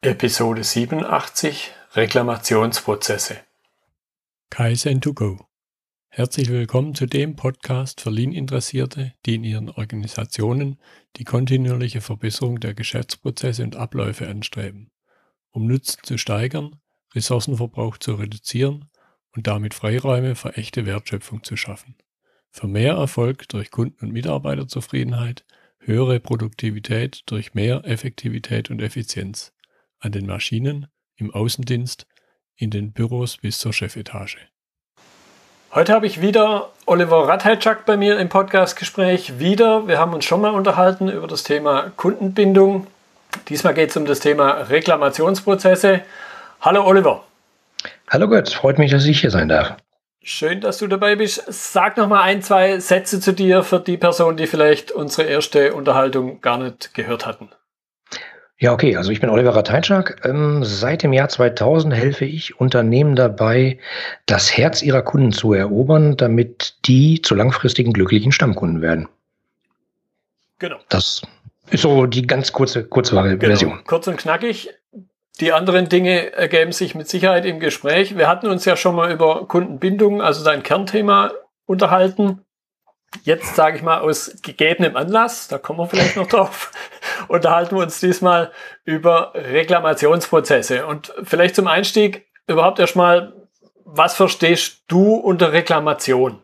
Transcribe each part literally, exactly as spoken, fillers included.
Episode siebenundachtzig Reklamationsprozesse. Kaizen to go. Herzlich willkommen zu dem Podcast für Lean-Interessierte, die in ihren Organisationen die kontinuierliche Verbesserung der Geschäftsprozesse und Abläufe anstreben, um Nutzen zu steigern, Ressourcenverbrauch zu reduzieren und damit Freiräume für echte Wertschöpfung zu schaffen. Für mehr Erfolg durch Kunden- und Mitarbeiterzufriedenheit, höhere Produktivität durch mehr Effektivität und Effizienz an den Maschinen, im Außendienst, in den Büros bis zur Chefetage. Heute habe ich wieder Oliver Ratajczak bei mir im Podcastgespräch. Wieder, wir haben uns schon mal unterhalten über das Thema Kundenbindung. Diesmal geht es um das Thema Reklamationsprozesse. Hallo Oliver. Hallo Götz, freut mich, dass ich hier sein darf. Schön, dass du dabei bist. Sag noch mal ein, zwei Sätze zu dir für die Personen, die vielleicht unsere erste Unterhaltung gar nicht gehört hatten. Ja, okay, also ich bin Oliver Ratajczak. Ähm, seit dem Jahr zweitausend helfe ich Unternehmen dabei, das Herz ihrer Kunden zu erobern, damit die zu langfristigen glücklichen Stammkunden werden. Genau. Das ist so die ganz kurze, kurze genau. Version. Kurz und knackig. Die anderen Dinge ergeben sich mit Sicherheit im Gespräch. Wir hatten uns ja schon mal über Kundenbindung, also dein Kernthema, unterhalten. Jetzt sage ich mal aus gegebenem Anlass, da kommen wir vielleicht noch drauf, unterhalten wir uns diesmal über Reklamationsprozesse. Und vielleicht zum Einstieg überhaupt erstmal, was verstehst du unter Reklamation?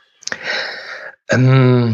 Ähm,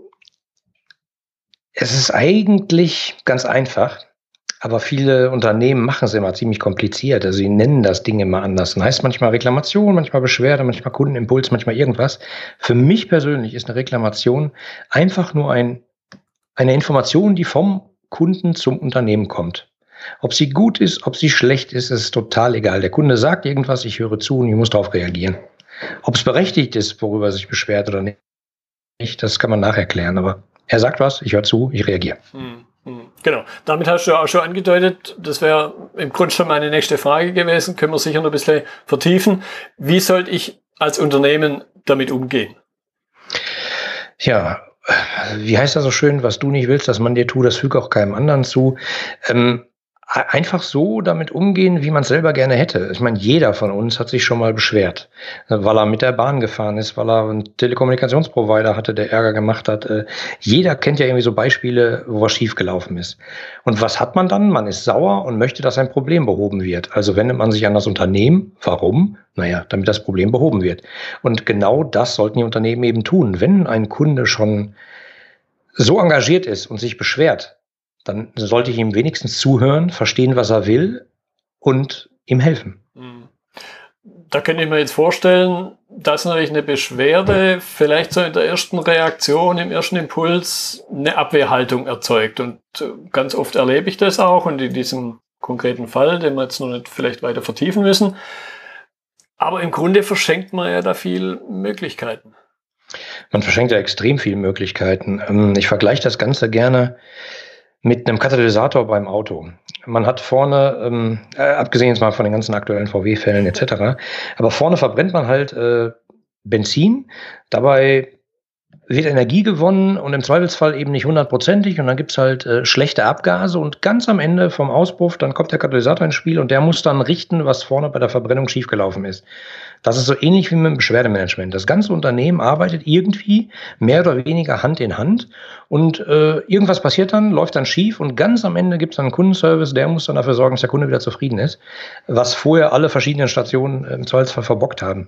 es ist eigentlich ganz einfach. Aber viele Unternehmen machen es immer ziemlich kompliziert. Also sie nennen das Ding immer anders. Das heißt manchmal Reklamation, manchmal Beschwerde, manchmal Kundenimpuls, manchmal irgendwas. Für mich persönlich ist eine Reklamation einfach nur ein, eine Information, die vom Kunden zum Unternehmen kommt. Ob sie gut ist, ob sie schlecht ist, ist total egal. Der Kunde sagt irgendwas, ich höre zu und ich muss darauf reagieren. Ob es berechtigt ist, worüber er sich beschwert oder nicht, das kann man nachher klären. Aber er sagt was, ich höre zu, ich reagiere. Hm. Genau, damit hast du auch schon angedeutet, das wäre im Grunde schon meine nächste Frage gewesen, können wir sicher noch ein bisschen vertiefen. Wie sollte ich als Unternehmen damit umgehen? Ja, wie heißt das so schön, was du nicht willst, dass man dir tut, das füge auch keinem anderen zu. Ähm, einfach so damit umgehen, wie man es selber gerne hätte. Ich meine, jeder von uns hat sich schon mal beschwert, weil er mit der Bahn gefahren ist, weil er einen Telekommunikationsprovider hatte, der Ärger gemacht hat. Jeder kennt ja irgendwie so Beispiele, wo was schiefgelaufen ist. Und was hat man dann? Man ist sauer und möchte, dass ein Problem behoben wird. Also wendet man sich an das Unternehmen. Warum? Naja, damit das Problem behoben wird. Und genau das sollten die Unternehmen eben tun. Wenn ein Kunde schon so engagiert ist und sich beschwert, dann sollte ich ihm wenigstens zuhören, verstehen, was er will und ihm helfen. Da könnte ich mir jetzt vorstellen, dass natürlich eine Beschwerde vielleicht so in der ersten Reaktion, im ersten Impuls eine Abwehrhaltung erzeugt. Und ganz oft erlebe ich das auch und in diesem konkreten Fall, den wir jetzt noch nicht vielleicht weiter vertiefen müssen. Aber im Grunde verschenkt man ja da viel Möglichkeiten. Man verschenkt ja extrem viele Möglichkeiten. Ich vergleiche das Ganze gerne mit einem Katalysator beim Auto. Man hat vorne, ähm, äh, abgesehen jetzt mal von den ganzen aktuellen V W-Fällen et cetera, aber vorne verbrennt man halt äh, Benzin, dabei wird Energie gewonnen und im Zweifelsfall eben nicht hundertprozentig und dann gibt's halt äh, schlechte Abgase und ganz am Ende vom Auspuff, dann kommt der Katalysator ins Spiel und der muss dann richten, was vorne bei der Verbrennung schiefgelaufen ist. Das ist so ähnlich wie mit dem Beschwerdemanagement. Das ganze Unternehmen arbeitet irgendwie mehr oder weniger Hand in Hand und äh, irgendwas passiert dann, läuft dann schief und ganz am Ende gibt's dann einen Kundenservice, der muss dann dafür sorgen, dass der Kunde wieder zufrieden ist, was vorher alle verschiedenen Stationen äh, im Zweifelsfall verbockt haben.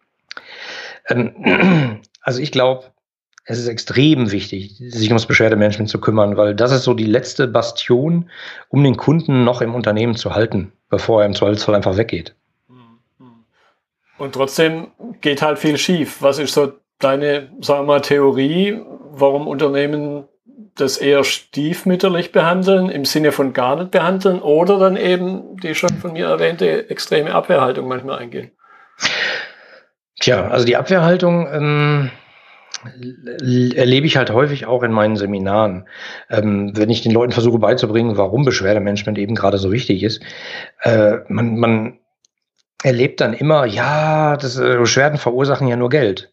Ähm, also ich glaube, es ist extrem wichtig, sich ums Beschwerdemanagement zu kümmern, weil das ist so die letzte Bastion, um den Kunden noch im Unternehmen zu halten, bevor er im Zweifelsfall einfach weggeht. Und trotzdem geht halt viel schief. Was ist so deine, sagen wir mal, Theorie, warum Unternehmen das eher stiefmütterlich behandeln, im Sinne von gar nicht behandeln oder dann eben die schon von mir erwähnte extreme Abwehrhaltung manchmal eingehen? Tja, also die Abwehrhaltung ähm, erlebe ich halt häufig auch in meinen Seminaren. Ähm, wenn ich den Leuten versuche beizubringen, warum Beschwerdemanagement eben gerade so wichtig ist. Äh, man, man erlebt dann immer, ja, das, äh, Beschwerden verursachen ja nur Geld.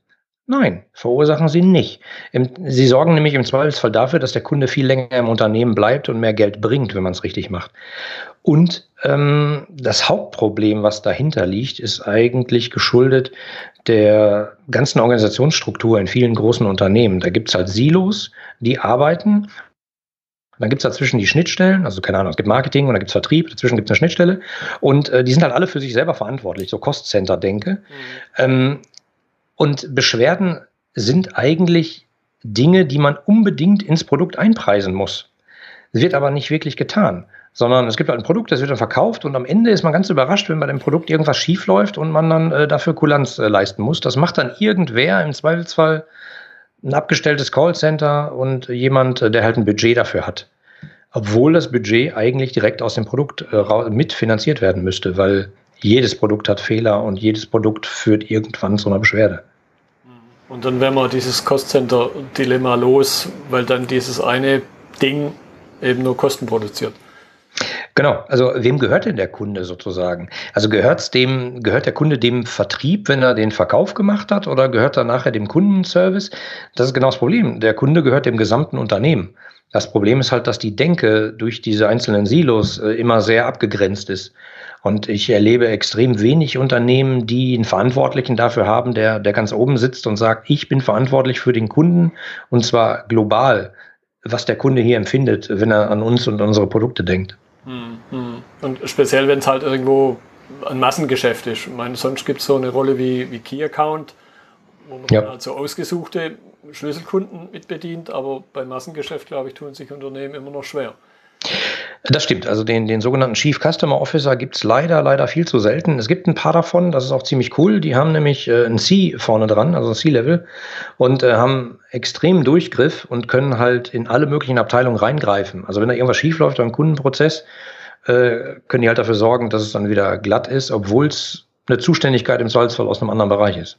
Nein, verursachen sie nicht. Im, sie sorgen nämlich im Zweifelsfall dafür, dass der Kunde viel länger im Unternehmen bleibt und mehr Geld bringt, wenn man es richtig macht. Und ähm, das Hauptproblem, was dahinter liegt, ist eigentlich geschuldet der ganzen Organisationsstruktur in vielen großen Unternehmen. Da gibt es halt Silos, die arbeiten. Dann gibt es dazwischen die Schnittstellen, also keine Ahnung, es gibt Marketing und dann gibt es Vertrieb, dazwischen gibt es eine Schnittstelle. Und äh, die sind halt alle für sich selber verantwortlich, so Cost-Center-Denke. Mhm. Ähm, Und Beschwerden sind eigentlich Dinge, die man unbedingt ins Produkt einpreisen muss. Es wird aber nicht wirklich getan, sondern es gibt halt ein Produkt, das wird dann verkauft und am Ende ist man ganz überrascht, wenn bei dem Produkt irgendwas schief läuft und man dann äh, dafür Kulanz äh, leisten muss. Das macht dann irgendwer, im Zweifelsfall ein abgestelltes Callcenter und jemand, der halt ein Budget dafür hat. Obwohl das Budget eigentlich direkt aus dem Produkt äh, mitfinanziert werden müsste, weil jedes Produkt hat Fehler und jedes Produkt führt irgendwann zu einer Beschwerde. Und dann wären wir dieses Cost-Center-Dilemma los, weil dann dieses eine Ding eben nur Kosten produziert. Genau, also wem gehört denn der Kunde sozusagen? Also gehört's dem, gehört der Kunde dem Vertrieb, wenn er den Verkauf gemacht hat, oder gehört er nachher dem Kundenservice? Das ist genau das Problem. Der Kunde gehört dem gesamten Unternehmen. Das Problem ist halt, dass die Denke durch diese einzelnen Silos äh, immer sehr abgegrenzt ist. Und ich erlebe extrem wenig Unternehmen, die einen Verantwortlichen dafür haben, der, der ganz oben sitzt und sagt, ich bin verantwortlich für den Kunden, und zwar global, was der Kunde hier empfindet, wenn er an uns und unsere Produkte denkt. Und speziell, wenn es halt irgendwo ein Massengeschäft ist. Ich meine, sonst gibt es so eine Rolle wie, wie Key Account, wo man ja. halt so ausgesuchte Schlüsselkunden mitbedient, aber beim Massengeschäft, glaube ich, tun sich Unternehmen immer noch schwer. Das stimmt, also den, den sogenannten Chief Customer Officer gibt es leider, leider viel zu selten. Es gibt ein paar davon, das ist auch ziemlich cool, die haben nämlich äh, ein C vorne dran, also ein C-Level, und äh, haben extremen Durchgriff und können halt in alle möglichen Abteilungen reingreifen. Also wenn da irgendwas schief läuft beim Kundenprozess, äh, können die halt dafür sorgen, dass es dann wieder glatt ist, obwohl es eine Zuständigkeit im Zweifelsfall aus einem anderen Bereich ist.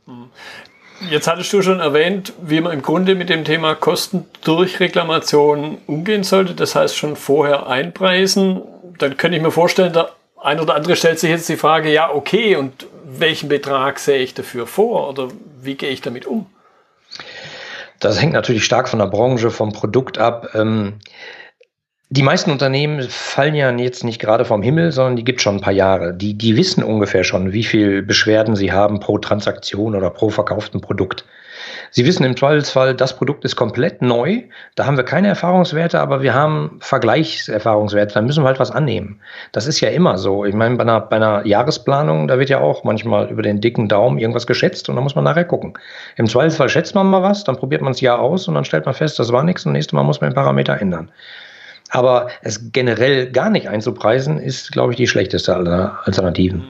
Jetzt hattest du schon erwähnt, wie man im Grunde mit dem Thema Kosten durch Reklamation umgehen sollte. Das heißt, schon vorher einpreisen. Dann könnte ich mir vorstellen, der ein oder andere stellt sich jetzt die Frage, ja, okay, und welchen Betrag sehe ich dafür vor oder wie gehe ich damit um? Das hängt natürlich stark von der Branche, vom Produkt ab. Ähm, Die meisten Unternehmen fallen ja jetzt nicht gerade vom Himmel, sondern die gibt es schon ein paar Jahre. Die, die wissen ungefähr schon, wie viel Beschwerden sie haben pro Transaktion oder pro verkauften Produkt. Sie wissen im Zweifelsfall, das Produkt ist komplett neu, da haben wir keine Erfahrungswerte, aber wir haben Vergleichserfahrungswerte, da müssen wir halt was annehmen. Das ist ja immer so. Ich meine, bei einer, bei einer Jahresplanung, da wird ja auch manchmal über den dicken Daumen irgendwas geschätzt und da muss man nachher gucken. Im Zweifelsfall schätzt man mal was, dann probiert man das Jahr aus und dann stellt man fest, das war nichts und nächstes Mal muss man den Parameter ändern. Aber es generell gar nicht einzupreisen, ist, glaube ich, die schlechteste aller Alternativen.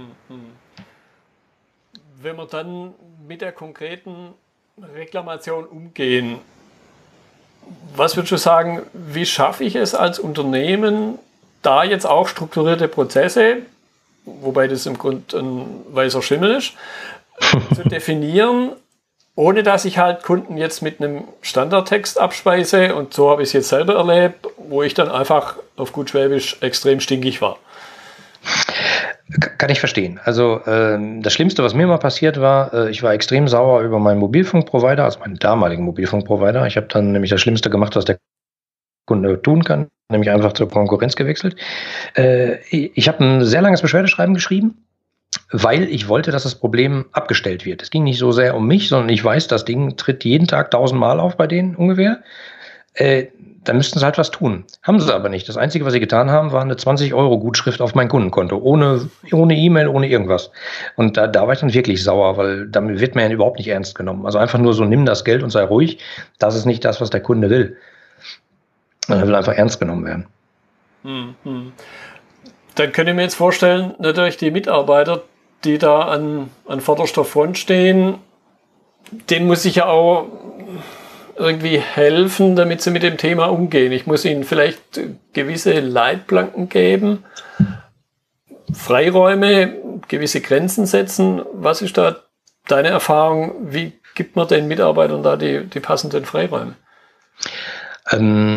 Wenn wir dann mit der konkreten Reklamation umgehen, was würdest du sagen, wie schaffe ich es als Unternehmen, da jetzt auch strukturierte Prozesse, wobei das im Grunde ein weißer Schimmel ist, zu definieren, ohne dass ich halt Kunden jetzt mit einem Standardtext abspeise, und so habe ich es jetzt selber erlebt, wo ich dann einfach auf gut Schwäbisch extrem stinkig war. Kann ich verstehen. Also äh, das Schlimmste, was mir mal passiert war, äh, ich war extrem sauer über meinen Mobilfunkprovider, also meinen damaligen Mobilfunkprovider. Ich habe dann nämlich das Schlimmste gemacht, was der Kunde tun kann, nämlich einfach zur Konkurrenz gewechselt. Äh, ich habe ein sehr langes Beschwerdeschreiben geschrieben, weil ich wollte, dass das Problem abgestellt wird. Es ging nicht so sehr um mich, sondern ich weiß, das Ding tritt jeden Tag tausendmal auf bei denen ungefähr. Äh, dann müssten sie halt was tun. Haben sie aber nicht. Das Einzige, was sie getan haben, war eine zwanzig Euro Gutschrift auf mein Kundenkonto. Ohne ohne E-Mail, ohne irgendwas. Und da, da war ich dann wirklich sauer, weil damit wird man ja überhaupt nicht ernst genommen. Also einfach nur so, nimm das Geld und sei ruhig. Das ist nicht das, was der Kunde will. Er will einfach ernst genommen werden. Hm, hm. Dann könnte ich mir jetzt vorstellen, natürlich die Mitarbeiter, die da an, an vorderster Front stehen, denen muss ich ja auch irgendwie helfen, damit sie mit dem Thema umgehen. Ich muss ihnen vielleicht gewisse Leitplanken geben, Freiräume, gewisse Grenzen setzen. Was ist da deine Erfahrung? Wie gibt man den Mitarbeitern da die, die passenden Freiräume? Ähm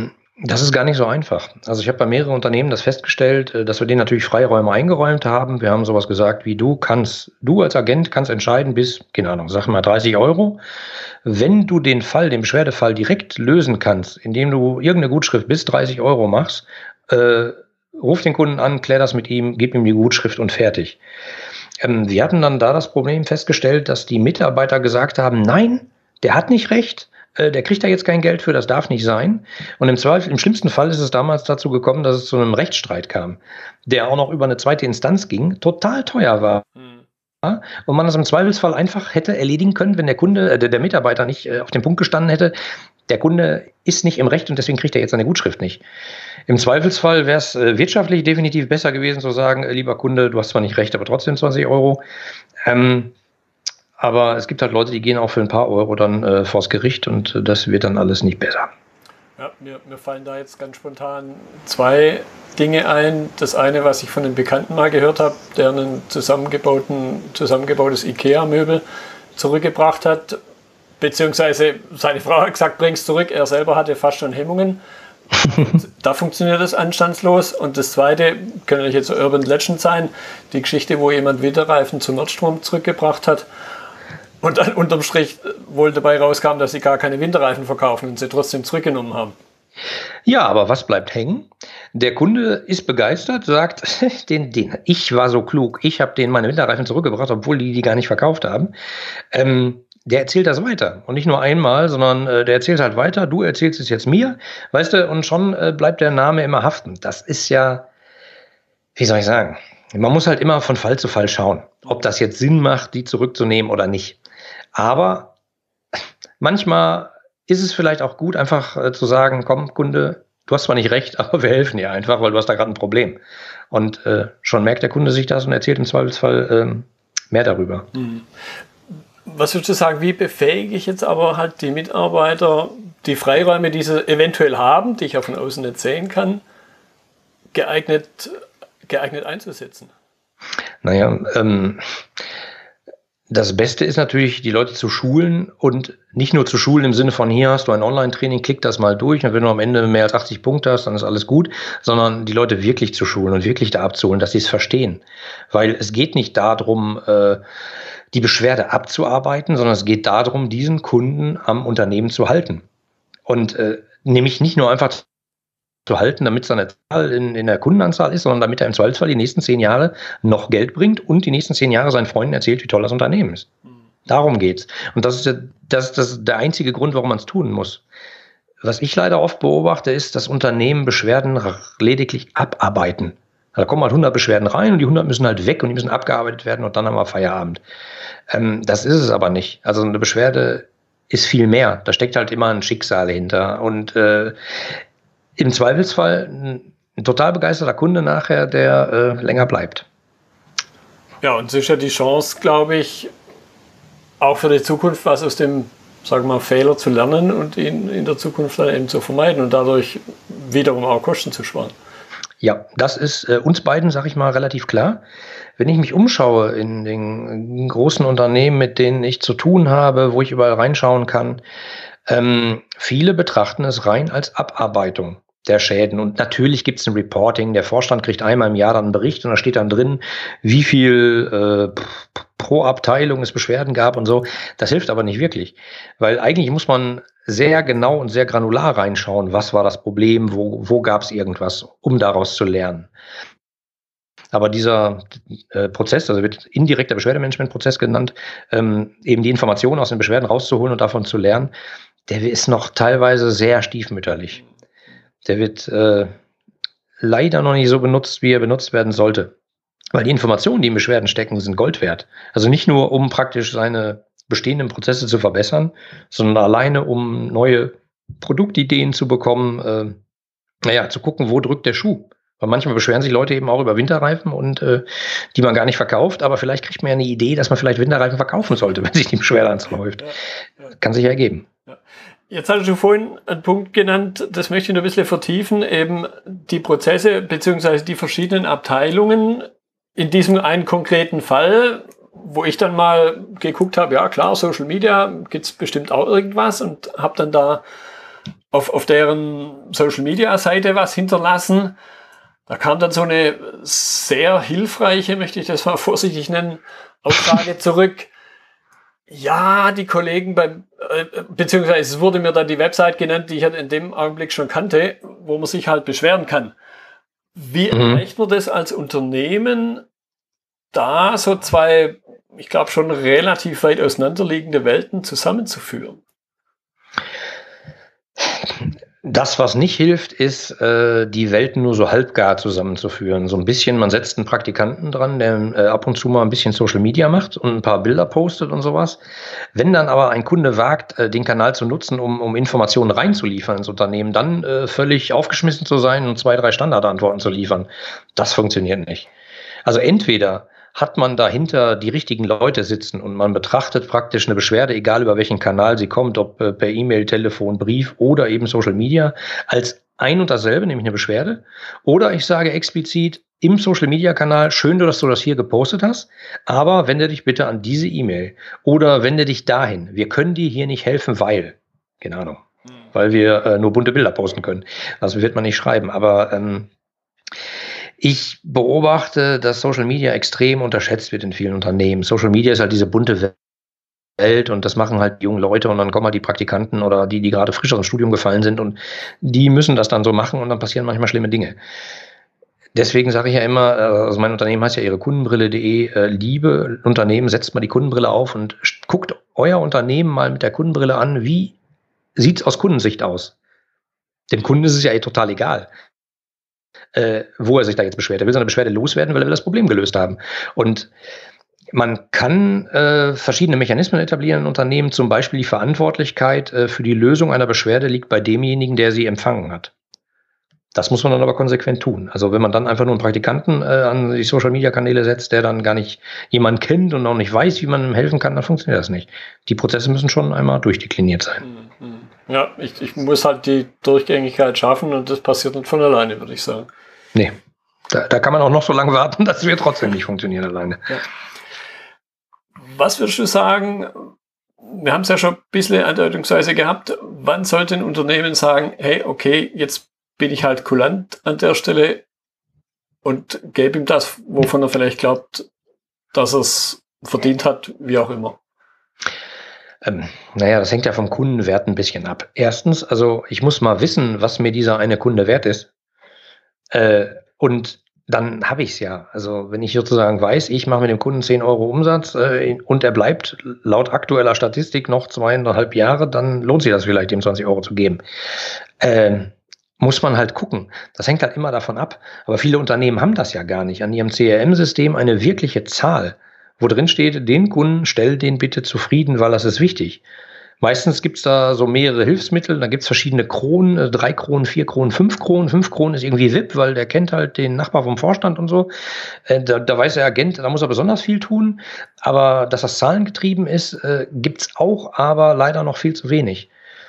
Das ist gar nicht so einfach. Also ich habe bei mehreren Unternehmen das festgestellt, dass wir denen natürlich Freiräume eingeräumt haben. Wir haben sowas gesagt wie, du kannst, du als Agent kannst entscheiden bis, keine Ahnung, sag mal dreißig Euro. Wenn du den Fall, den Beschwerdefall direkt lösen kannst, indem du irgendeine Gutschrift bis dreißig Euro machst, äh, ruf den Kunden an, klär das mit ihm, gib ihm die Gutschrift und fertig. Ähm, wir hatten dann da das Problem festgestellt, dass die Mitarbeiter gesagt haben, nein, der hat nicht recht. Der kriegt da jetzt kein Geld für, das darf nicht sein. Und im Zweifel, im schlimmsten Fall ist es damals dazu gekommen, dass es zu einem Rechtsstreit kam, der auch noch über eine zweite Instanz ging, total teuer war. Mhm. Und man das im Zweifelsfall einfach hätte erledigen können, wenn der Kunde, äh, der, der Mitarbeiter nicht äh, auf den Punkt gestanden hätte, der Kunde ist nicht im Recht und deswegen kriegt er jetzt seine Gutschrift nicht. Im Zweifelsfall wäre es äh, wirtschaftlich definitiv besser gewesen zu sagen, äh, lieber Kunde, du hast zwar nicht recht, aber trotzdem zwanzig Euro. Ähm, Aber es gibt halt Leute, die gehen auch für ein paar Euro dann äh, vors Gericht und äh, das wird dann alles nicht besser. Ja, mir, mir fallen da jetzt ganz spontan zwei Dinge ein. Das eine, was ich von einem Bekannten mal gehört habe, der ein zusammengebauten, zusammengebautes IKEA-Möbel zurückgebracht hat, beziehungsweise seine Frau hat gesagt, bring's zurück. Er selber hatte fast schon Hemmungen. Da funktioniert das anstandslos. Und das zweite, kann natürlich jetzt so Urban Legend sein, die Geschichte, wo jemand Winterreifen zu Nordstrom zurückgebracht hat. Und dann unterm Strich wohl dabei rauskam, dass sie gar keine Winterreifen verkaufen und sie trotzdem zurückgenommen haben. Ja, aber was bleibt hängen? Der Kunde ist begeistert, sagt, den, den, ich war so klug, ich habe denen meine Winterreifen zurückgebracht, obwohl die die gar nicht verkauft haben. Ähm, der erzählt das weiter. Und nicht nur einmal, sondern äh, der erzählt halt weiter, du erzählst es jetzt mir, weißt du, und schon äh, bleibt der Name immer haften. Das ist ja, wie soll ich sagen, man muss halt immer von Fall zu Fall schauen, ob das jetzt Sinn macht, die zurückzunehmen oder nicht. Aber manchmal ist es vielleicht auch gut, einfach äh, zu sagen, komm, Kunde, du hast zwar nicht recht, aber wir helfen dir einfach, weil du hast da gerade ein Problem. Und äh, schon merkt der Kunde sich das und erzählt im Zweifelsfall ähm, mehr darüber. Mhm. Was würdest du sagen, wie befähige ich jetzt aber halt die Mitarbeiter, die Freiräume, die sie eventuell haben, die ich ja von außen nicht sehen kann, geeignet, geeignet einzusetzen? Naja, ähm, das Beste ist natürlich, die Leute zu schulen und nicht nur zu schulen im Sinne von, hier hast du ein Online-Training, klick das mal durch und wenn du am Ende mehr als achtzig Punkte hast, dann ist alles gut, sondern die Leute wirklich zu schulen und wirklich da abzuholen, dass sie es verstehen. Weil es geht nicht darum, äh, die Beschwerde abzuarbeiten, sondern es geht darum, diesen Kunden am Unternehmen zu halten. Und äh, nämlich nicht nur einfach zu halten, damit seine Zahl in, in der Kundenanzahl ist, sondern damit er im Zweifelsfall die nächsten zehn Jahre noch Geld bringt und die nächsten zehn Jahre seinen Freunden erzählt, wie toll das Unternehmen ist. Mhm. Darum geht's. Und das ist, der, das ist das, der einzige Grund, warum man es tun muss. Was ich leider oft beobachte, ist, dass Unternehmen Beschwerden lediglich abarbeiten. Da kommen halt hundert Beschwerden rein und die hundert müssen halt weg und die müssen abgearbeitet werden und dann haben wir Feierabend. Ähm, das ist es aber nicht. Also eine Beschwerde ist viel mehr. Da steckt halt immer ein Schicksal hinter und äh, im Zweifelsfall ein, ein total begeisterter Kunde nachher, der äh, länger bleibt. Ja, und sicher die Chance, glaube ich, auch für die Zukunft was aus dem, sagen wir mal, Fehler zu lernen und ihn in der Zukunft dann eben zu vermeiden und dadurch wiederum auch Kosten zu sparen. Ja, das ist äh, uns beiden, sag ich mal, relativ klar. Wenn ich mich umschaue in den großen Unternehmen, mit denen ich zu tun habe, wo ich überall reinschauen kann, ähm, viele betrachten es rein als Abarbeitung der Schäden. Und natürlich gibt es ein Reporting. Der Vorstand kriegt einmal im Jahr dann einen Bericht und da steht dann drin, wie viel äh, pro Abteilung es Beschwerden gab und so. Das hilft aber nicht wirklich, weil eigentlich muss man sehr genau und sehr granular reinschauen, was war das Problem, wo, wo gab es irgendwas, um daraus zu lernen. Aber dieser äh, Prozess, also wird indirekter Beschwerdemanagement-Prozess genannt, ähm, eben die Informationen aus den Beschwerden rauszuholen und davon zu lernen, der ist noch teilweise sehr stiefmütterlich. Der wird äh, leider noch nicht so benutzt, wie er benutzt werden sollte. Weil die Informationen, die in Beschwerden stecken, sind Gold wert. Also nicht nur, um praktisch seine bestehenden Prozesse zu verbessern, sondern alleine, um neue Produktideen zu bekommen, äh, naja, zu gucken, wo drückt der Schuh. Weil manchmal beschweren sich Leute eben auch über Winterreifen und äh, die man gar nicht verkauft, aber vielleicht kriegt man ja eine Idee, dass man vielleicht Winterreifen verkaufen sollte, wenn sich die Beschwerde anläuft. Ja, ja. Kann sich ja ergeben. Ja. Jetzt hattest du vorhin einen Punkt genannt, das möchte ich noch ein bisschen vertiefen, eben die Prozesse bzw. die verschiedenen Abteilungen in diesem einen konkreten Fall, wo ich dann mal geguckt habe, ja klar, Social Media gibt's bestimmt auch irgendwas und habe dann da auf, auf deren Social-Media-Seite was hinterlassen. Da kam dann so eine sehr hilfreiche, möchte ich das mal vorsichtig nennen, Aussage zurück. Ja, die Kollegen beim, äh, beziehungsweise es wurde mir dann die Website genannt, die ich in dem Augenblick schon kannte, wo man sich halt beschweren kann. Wie mhm. erreicht man das als Unternehmen, da so zwei, ich glaube schon relativ weit auseinanderliegende Welten zusammenzuführen? Das, was nicht hilft, ist, äh, die Welten nur so halbgar zusammenzuführen. So ein bisschen, man setzt einen Praktikanten dran, der äh, ab und zu mal ein bisschen Social Media macht und ein paar Bilder postet und sowas. Wenn dann aber ein Kunde wagt, äh, den Kanal zu nutzen, um, um Informationen reinzuliefern ins Unternehmen, dann äh, völlig aufgeschmissen zu sein und zwei, drei Standardantworten zu liefern, das funktioniert nicht. Also entweder hat man dahinter die richtigen Leute sitzen und man betrachtet praktisch eine Beschwerde, egal über welchen Kanal sie kommt, ob äh, per E-Mail, Telefon, Brief oder eben Social Media, als ein und dasselbe, nämlich eine Beschwerde. Oder ich sage explizit im Social Media Kanal, schön, dass du das hier gepostet hast, aber wende dich bitte an diese E-Mail oder wende dich dahin. Wir können dir hier nicht helfen, weil, keine Ahnung, weil wir äh, nur bunte Bilder posten können. Das wird man nicht schreiben, aber ähm, ich beobachte, dass Social Media extrem unterschätzt wird in vielen Unternehmen. Social Media ist halt diese bunte Welt und das machen halt junge Leute und dann kommen halt die Praktikanten oder die, die gerade frisch aus dem Studium gefallen sind und die müssen das dann so machen und dann passieren manchmal schlimme Dinge. Deswegen sage ich ja immer, also mein Unternehmen heißt ja ihre Kundenbrille punkt de, liebe Unternehmen, setzt mal die Kundenbrille auf und guckt euer Unternehmen mal mit der Kundenbrille an, wie sieht's aus Kundensicht aus? Dem Kunden ist es ja eh total egal. Äh, wo er sich da jetzt beschwert. Er will seine Beschwerde loswerden, weil er will das Problem gelöst haben. Und man kann äh, verschiedene Mechanismen etablieren in Unternehmen, zum Beispiel die Verantwortlichkeit äh, für die Lösung einer Beschwerde liegt bei demjenigen, der sie empfangen hat. Das muss man dann aber konsequent tun. Also wenn man dann einfach nur einen Praktikanten äh, an die Social-Media-Kanäle setzt, der dann gar nicht jemanden kennt und auch nicht weiß, wie man ihm helfen kann, dann funktioniert das nicht. Die Prozesse müssen schon einmal durchdekliniert sein. Ja, ich, ich muss halt die Durchgängigkeit schaffen und das passiert nicht von alleine, würde ich sagen. Nee, da, da kann man auch noch so lange warten, dass wir trotzdem nicht funktionieren alleine. Ja. Was würdest du sagen, wir haben es ja schon ein bisschen andeutungsweise gehabt, wann sollte ein Unternehmen sagen, hey, okay, jetzt bin ich halt kulant an der Stelle und gebe ihm das, wovon er vielleicht glaubt, dass er es verdient hat, wie auch immer? Ähm, naja, das hängt ja vom Kundenwert ein bisschen ab. Erstens, also ich muss mal wissen, was mir dieser eine Kunde wert ist. Äh, und dann habe ich es ja. Also wenn ich sozusagen weiß, ich mache mit dem Kunden zehn Euro Umsatz äh, und er bleibt laut aktueller Statistik noch zweieinhalb Jahre, dann lohnt sich das vielleicht, ihm zwanzig Euro zu geben. Ähm, muss man halt gucken. Das hängt halt immer davon ab. Aber viele Unternehmen haben das ja gar nicht. An ihrem C R M-System eine wirkliche Zahl, wo drin steht, den Kunden, stell den bitte zufrieden, weil das ist wichtig. Meistens gibt's da so mehrere Hilfsmittel, da gibt's verschiedene Kronen, drei Kronen, vier Kronen, fünf Kronen. Fünf Kronen ist irgendwie V I P, weil der kennt halt den Nachbar vom Vorstand und so. Äh, da, da weiß der Agent, da muss er besonders viel tun. Aber dass das zahlengetrieben ist, äh, gibt's auch, aber leider noch viel zu wenig.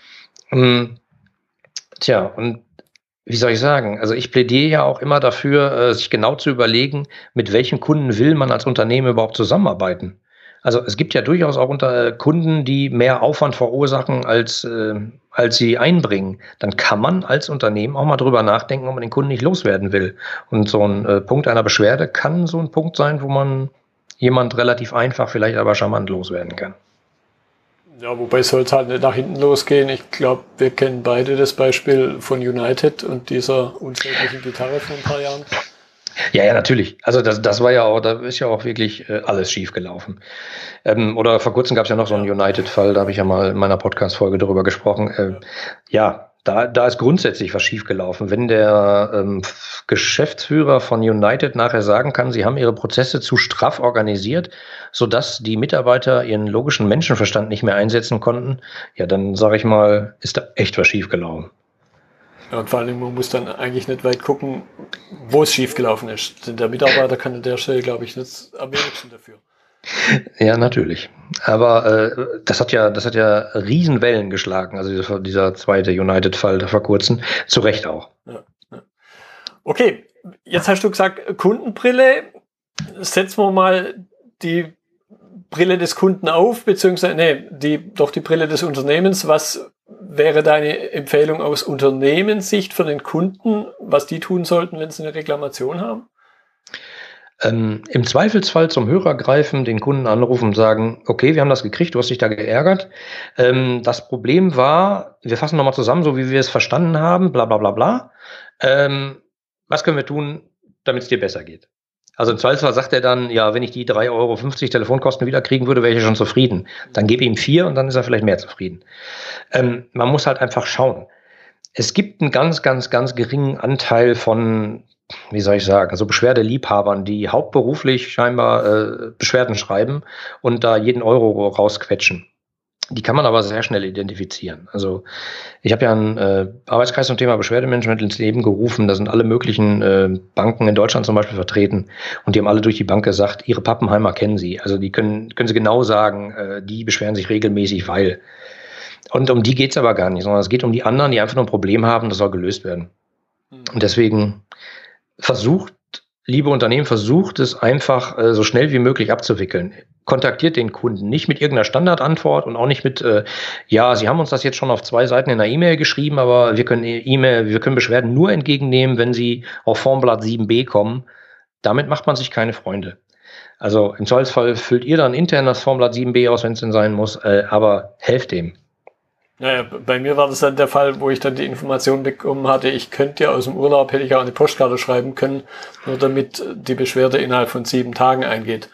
Ähm, tja, und wie soll ich sagen? Also ich plädiere ja auch immer dafür, sich genau zu überlegen, mit welchen Kunden will man als Unternehmen überhaupt zusammenarbeiten. Also es gibt ja durchaus auch unter Kunden, die mehr Aufwand verursachen, als, äh, als sie einbringen. Dann kann man als Unternehmen auch mal drüber nachdenken, ob man den Kunden nicht loswerden will. Und so ein äh, Punkt einer Beschwerde kann so ein Punkt sein, wo man jemand relativ einfach, vielleicht aber charmant loswerden kann. Ja, wobei soll es halt nicht nach hinten losgehen. Ich glaube, wir kennen beide das Beispiel von United und dieser unsäglichen Gitarre vor ein paar Jahren. Ja, ja, natürlich. Also das, das war ja auch, da ist ja auch wirklich äh, alles schief gelaufen. Ähm, oder vor kurzem gab es ja noch so einen United-Fall, da habe ich ja mal in meiner Podcast-Folge darüber gesprochen. Äh, ja, da, da ist grundsätzlich was schief gelaufen. Wenn der ähm, Geschäftsführer von United nachher sagen kann, sie haben ihre Prozesse zu straff organisiert, sodass die Mitarbeiter ihren logischen Menschenverstand nicht mehr einsetzen konnten, ja, dann sage ich mal, ist da echt was schief gelaufen. Ja, und vor allem, man muss dann eigentlich nicht weit gucken, wo es schiefgelaufen ist. Denn der Mitarbeiter kann an der Stelle, glaube ich, nicht am wenigsten dafür. Ja, natürlich. Aber äh, das hat ja, das hat ja Riesenwellen geschlagen. Also dieser, dieser zweite United-Fall vor kurzem. Zu Recht auch. Ja, ja. Okay, jetzt hast du gesagt, Kundenbrille. Setzen wir mal die Brille des Kunden auf, beziehungsweise, nee, die, doch die Brille des Unternehmens. Was wäre deine Empfehlung aus Unternehmenssicht für den Kunden, was die tun sollten, wenn sie eine Reklamation haben? Ähm, Im Zweifelsfall zum Hörer greifen, den Kunden anrufen und sagen, okay, wir haben das gekriegt, du hast dich da geärgert. Ähm, das Problem war, wir fassen nochmal zusammen, so wie wir es verstanden haben, bla bla bla bla. Ähm, was können wir tun, damit es dir besser geht? Also im Zweifelsfall sagt er dann, ja, wenn ich die drei Euro fünfzig Telefonkosten wieder kriegen würde, wäre ich schon zufrieden. Dann gebe ich ihm vier und dann ist er vielleicht mehr zufrieden. Ähm, man muss halt einfach schauen. Es gibt einen ganz, ganz, ganz geringen Anteil von, wie soll ich sagen, also Beschwerdeliebhabern, die hauptberuflich scheinbar äh, Beschwerden schreiben und da jeden Euro rausquetschen. Die kann man aber sehr schnell identifizieren. Also ich habe ja einen äh, Arbeitskreis zum Thema Beschwerdemanagement ins Leben gerufen. Da sind alle möglichen äh, Banken in Deutschland zum Beispiel vertreten. Und die haben alle durch die Bank gesagt, ihre Pappenheimer kennen sie. Also die können, können sie genau sagen, äh, die beschweren sich regelmäßig, weil. Und um die geht's aber gar nicht, sondern es geht um die anderen, die einfach nur ein Problem haben, das soll gelöst werden. Und deswegen versucht, liebe Unternehmen, versucht es einfach äh, so schnell wie möglich abzuwickeln. Kontaktiert den Kunden nicht mit irgendeiner Standardantwort und auch nicht mit, äh, ja, Sie haben uns das jetzt schon auf zwei Seiten in einer E-Mail geschrieben, aber wir können E-Mail, wir können Beschwerden nur entgegennehmen, wenn Sie auf Formblatt sieben b kommen. Damit macht man sich keine Freunde. Also im Zweifelsfall füllt ihr dann intern das Formblatt sieben b aus, wenn es denn sein muss, äh, aber helft dem. Naja, bei mir war das dann der Fall, wo ich dann die Information bekommen hatte, ich könnte ja aus dem Urlaub, hätte ich auch eine Postkarte schreiben können, nur damit die Beschwerde innerhalb von sieben Tagen eingeht.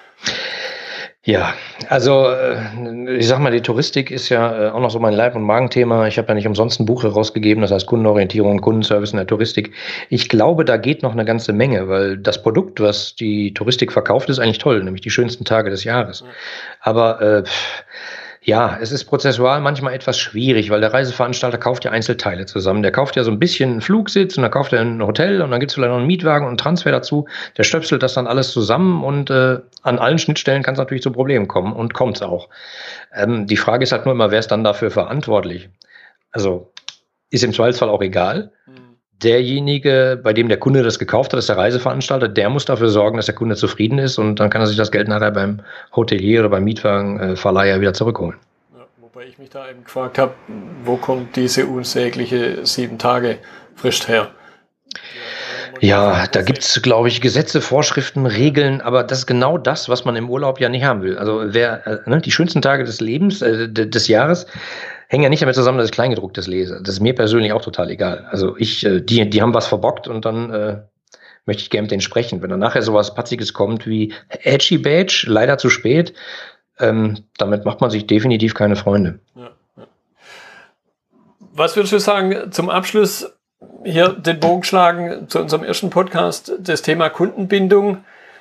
Ja, also ich sag mal, die Touristik ist ja auch noch so mein Leib- und Magenthema. Ich habe ja nicht umsonst ein Buch herausgegeben, das heißt Kundenorientierung und Kundenservice in der Touristik. Ich glaube, da geht noch eine ganze Menge, weil das Produkt, was die Touristik verkauft, ist eigentlich toll, nämlich die schönsten Tage des Jahres. Aber äh, ja, es ist prozessual manchmal etwas schwierig, weil der Reiseveranstalter kauft ja Einzelteile zusammen. Der kauft ja so ein bisschen einen Flugsitz und dann kauft er ein Hotel und dann gibt es vielleicht noch einen Mietwagen und einen Transfer dazu. Der stöpselt das dann alles zusammen und äh, an allen Schnittstellen kann es natürlich zu Problemen kommen und kommt es auch. Ähm, die Frage ist halt nur immer, wer ist dann dafür verantwortlich? Also ist im Zweifelsfall auch egal. Derjenige, bei dem der Kunde das gekauft hat, ist der Reiseveranstalter, der muss dafür sorgen, dass der Kunde zufrieden ist und dann kann er sich das Geld nachher beim Hotelier oder beim Mietwagenverleiher wieder zurückholen. Ja, wobei ich mich da eben gefragt habe, wo kommt diese unsägliche sieben Tage Frist her? Ja, da gibt's, glaube ich, Gesetze, Vorschriften, Regeln, aber das ist genau das, was man im Urlaub ja nicht haben will. Also wer äh, ne, die schönsten Tage des Lebens, äh, des Jahres, hängen ja nicht damit zusammen, dass ich Kleingedrucktes lese. Das ist mir persönlich auch total egal. Also ich, äh, die, die haben was verbockt und dann äh, möchte ich gerne mit denen sprechen. Wenn dann nachher sowas Patziges kommt wie Edgy Badge, leider zu spät, ähm, damit macht man sich definitiv keine Freunde. Ja, ja. Was würdest du sagen zum Abschluss? Hier den Bogen schlagen zu unserem ersten Podcast, das Thema Kundenbindung.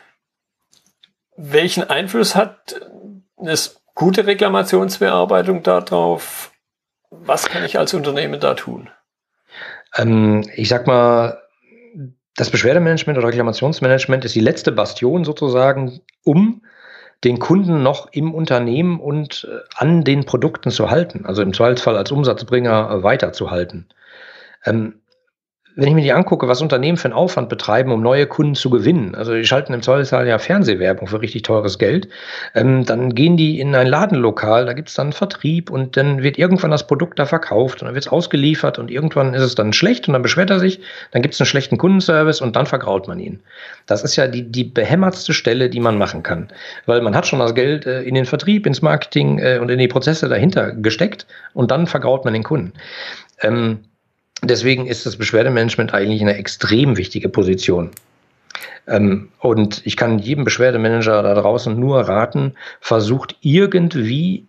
Welchen Einfluss hat eine gute Reklamationsbearbeitung darauf? Was kann ich als Unternehmen da tun? Ähm, ich sag mal, das Beschwerdemanagement oder Reklamationsmanagement ist die letzte Bastion sozusagen, um den Kunden noch im Unternehmen und äh, an den Produkten zu halten, also im Zweifelsfall als Umsatzbringer äh, weiterzuhalten. Ähm, Wenn ich mir die angucke, was Unternehmen für einen Aufwand betreiben, um neue Kunden zu gewinnen, also die schalten im Zweifelsfall ja Fernsehwerbung für richtig teures Geld, ähm, dann gehen die in ein Ladenlokal, da gibt es dann einen Vertrieb und dann wird irgendwann das Produkt da verkauft und dann wird es ausgeliefert und irgendwann ist es dann schlecht und dann beschwert er sich, dann gibt es einen schlechten Kundenservice und dann vergrault man ihn. Das ist ja die, die behämmertste Stelle, die man machen kann, weil man hat schon das Geld äh, in den Vertrieb, ins Marketing äh, und in die Prozesse dahinter gesteckt und dann vergrault man den Kunden. Ähm, Deswegen ist das Beschwerdemanagement eigentlich eine extrem wichtige Position. Ähm, und ich kann jedem Beschwerdemanager da draußen nur raten, versucht irgendwie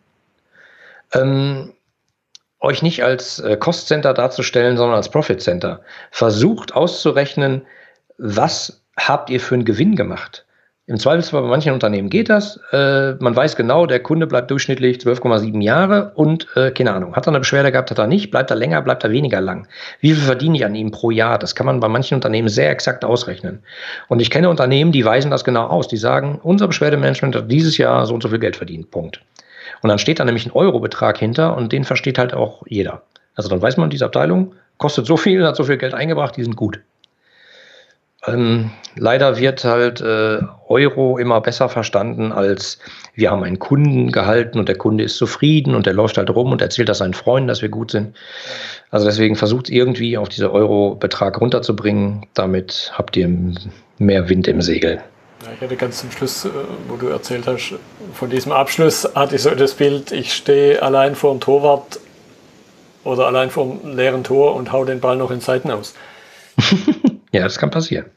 ähm, euch nicht als äh, Cost-Center darzustellen, sondern als Profit-Center. Versucht auszurechnen, was habt ihr für einen Gewinn gemacht. Im Zweifelsfall bei manchen Unternehmen geht das. Äh, man weiß genau, der Kunde bleibt durchschnittlich zwölf Komma sieben Jahre und äh, keine Ahnung, hat er eine Beschwerde gehabt, hat er nicht, bleibt er länger, bleibt er weniger lang. Wie viel verdiene ich an ihm pro Jahr? Das kann man bei manchen Unternehmen sehr exakt ausrechnen. Und ich kenne Unternehmen, die weisen das genau aus. Die sagen, unser Beschwerdemanagement hat dieses Jahr so und so viel Geld verdient. Punkt. Und dann steht da nämlich ein Eurobetrag hinter und den versteht halt auch jeder. Also dann weiß man, diese Abteilung kostet so viel, hat so viel Geld eingebracht, die sind gut. Ähm, leider wird halt äh, Euro immer besser verstanden als wir haben einen Kunden gehalten und der Kunde ist zufrieden und der läuft halt rum und erzählt das seinen Freunden, dass wir gut sind. Also deswegen versucht irgendwie auf diese Euro-Betrag runterzubringen. Damit habt ihr mehr Wind im Segel. Ja, ich hatte ganz zum Schluss, wo du erzählt hast, von diesem Abschluss hatte ich so das Bild, ich stehe allein vor dem Torwart oder allein vor dem leeren Tor und hau den Ball noch in Seiten aus. Ja, das kann passieren.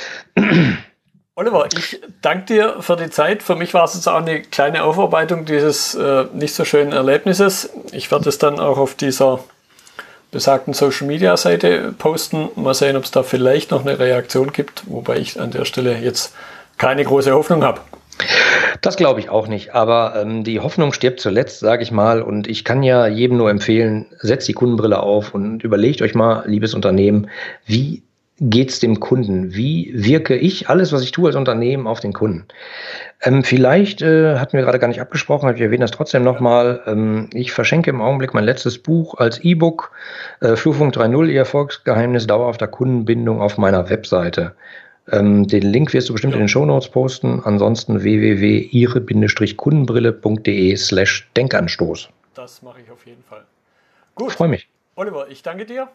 Oliver, ich danke dir für die Zeit. Für mich war es jetzt auch eine kleine Aufarbeitung dieses äh, nicht so schönen Erlebnisses. Ich werde es dann auch auf dieser besagten Social-Media-Seite posten. Mal sehen, ob es da vielleicht noch eine Reaktion gibt, wobei ich an der Stelle jetzt keine große Hoffnung habe. Das glaube ich auch nicht, aber ähm, die Hoffnung stirbt zuletzt, sage ich mal, und ich kann ja jedem nur empfehlen, setzt die Kundenbrille auf und überlegt euch mal, liebes Unternehmen, wie geht's dem Kunden? Wie wirke ich alles, was ich tue als Unternehmen, auf den Kunden? Ähm, vielleicht, äh, hatten wir gerade gar nicht abgesprochen, aber ich erwähne das trotzdem nochmal, ähm, ich verschenke im Augenblick mein letztes Buch als E-Book, äh, Flurfunk drei Punkt null, Ihr Erfolgsgeheimnis dauerhafter Kundenbindung auf meiner Webseite. Ähm, den Link wirst du bestimmt ja in den Shownotes posten. Ansonsten w w w punkt ihre kundenbrille punkt de slash Denkanstoß. Das mache ich auf jeden Fall. Gut. Freue mich. Oliver, ich danke dir.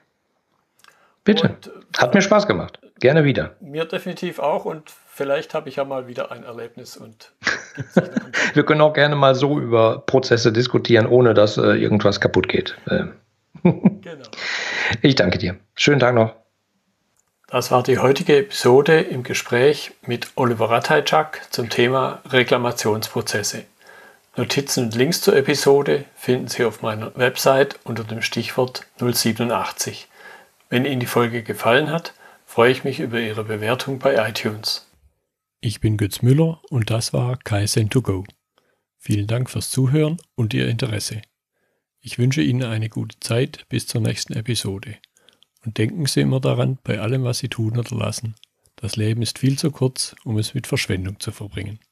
Bitte. Und, hat mir Spaß gemacht. Gerne wieder. Mir definitiv auch und vielleicht habe ich ja mal wieder ein Erlebnis und wir können auch gerne mal so über Prozesse diskutieren, ohne dass äh, irgendwas kaputt geht. Ähm. Genau. Ich danke dir. Schönen Tag noch. Das war die heutige Episode im Gespräch mit Oliver Ratajczak zum Thema Reklamationsprozesse. Notizen und Links zur Episode finden Sie auf meiner Website unter dem Stichwort null siebenundachtzig. Wenn Ihnen die Folge gefallen hat, freue ich mich über Ihre Bewertung bei iTunes. Ich bin Götz Müller und das war Kaizen to go. Vielen Dank fürs Zuhören und Ihr Interesse. Ich wünsche Ihnen eine gute Zeit bis zur nächsten Episode. Und denken Sie immer daran, bei allem, was Sie tun oder lassen, das Leben ist viel zu kurz, um es mit Verschwendung zu verbringen.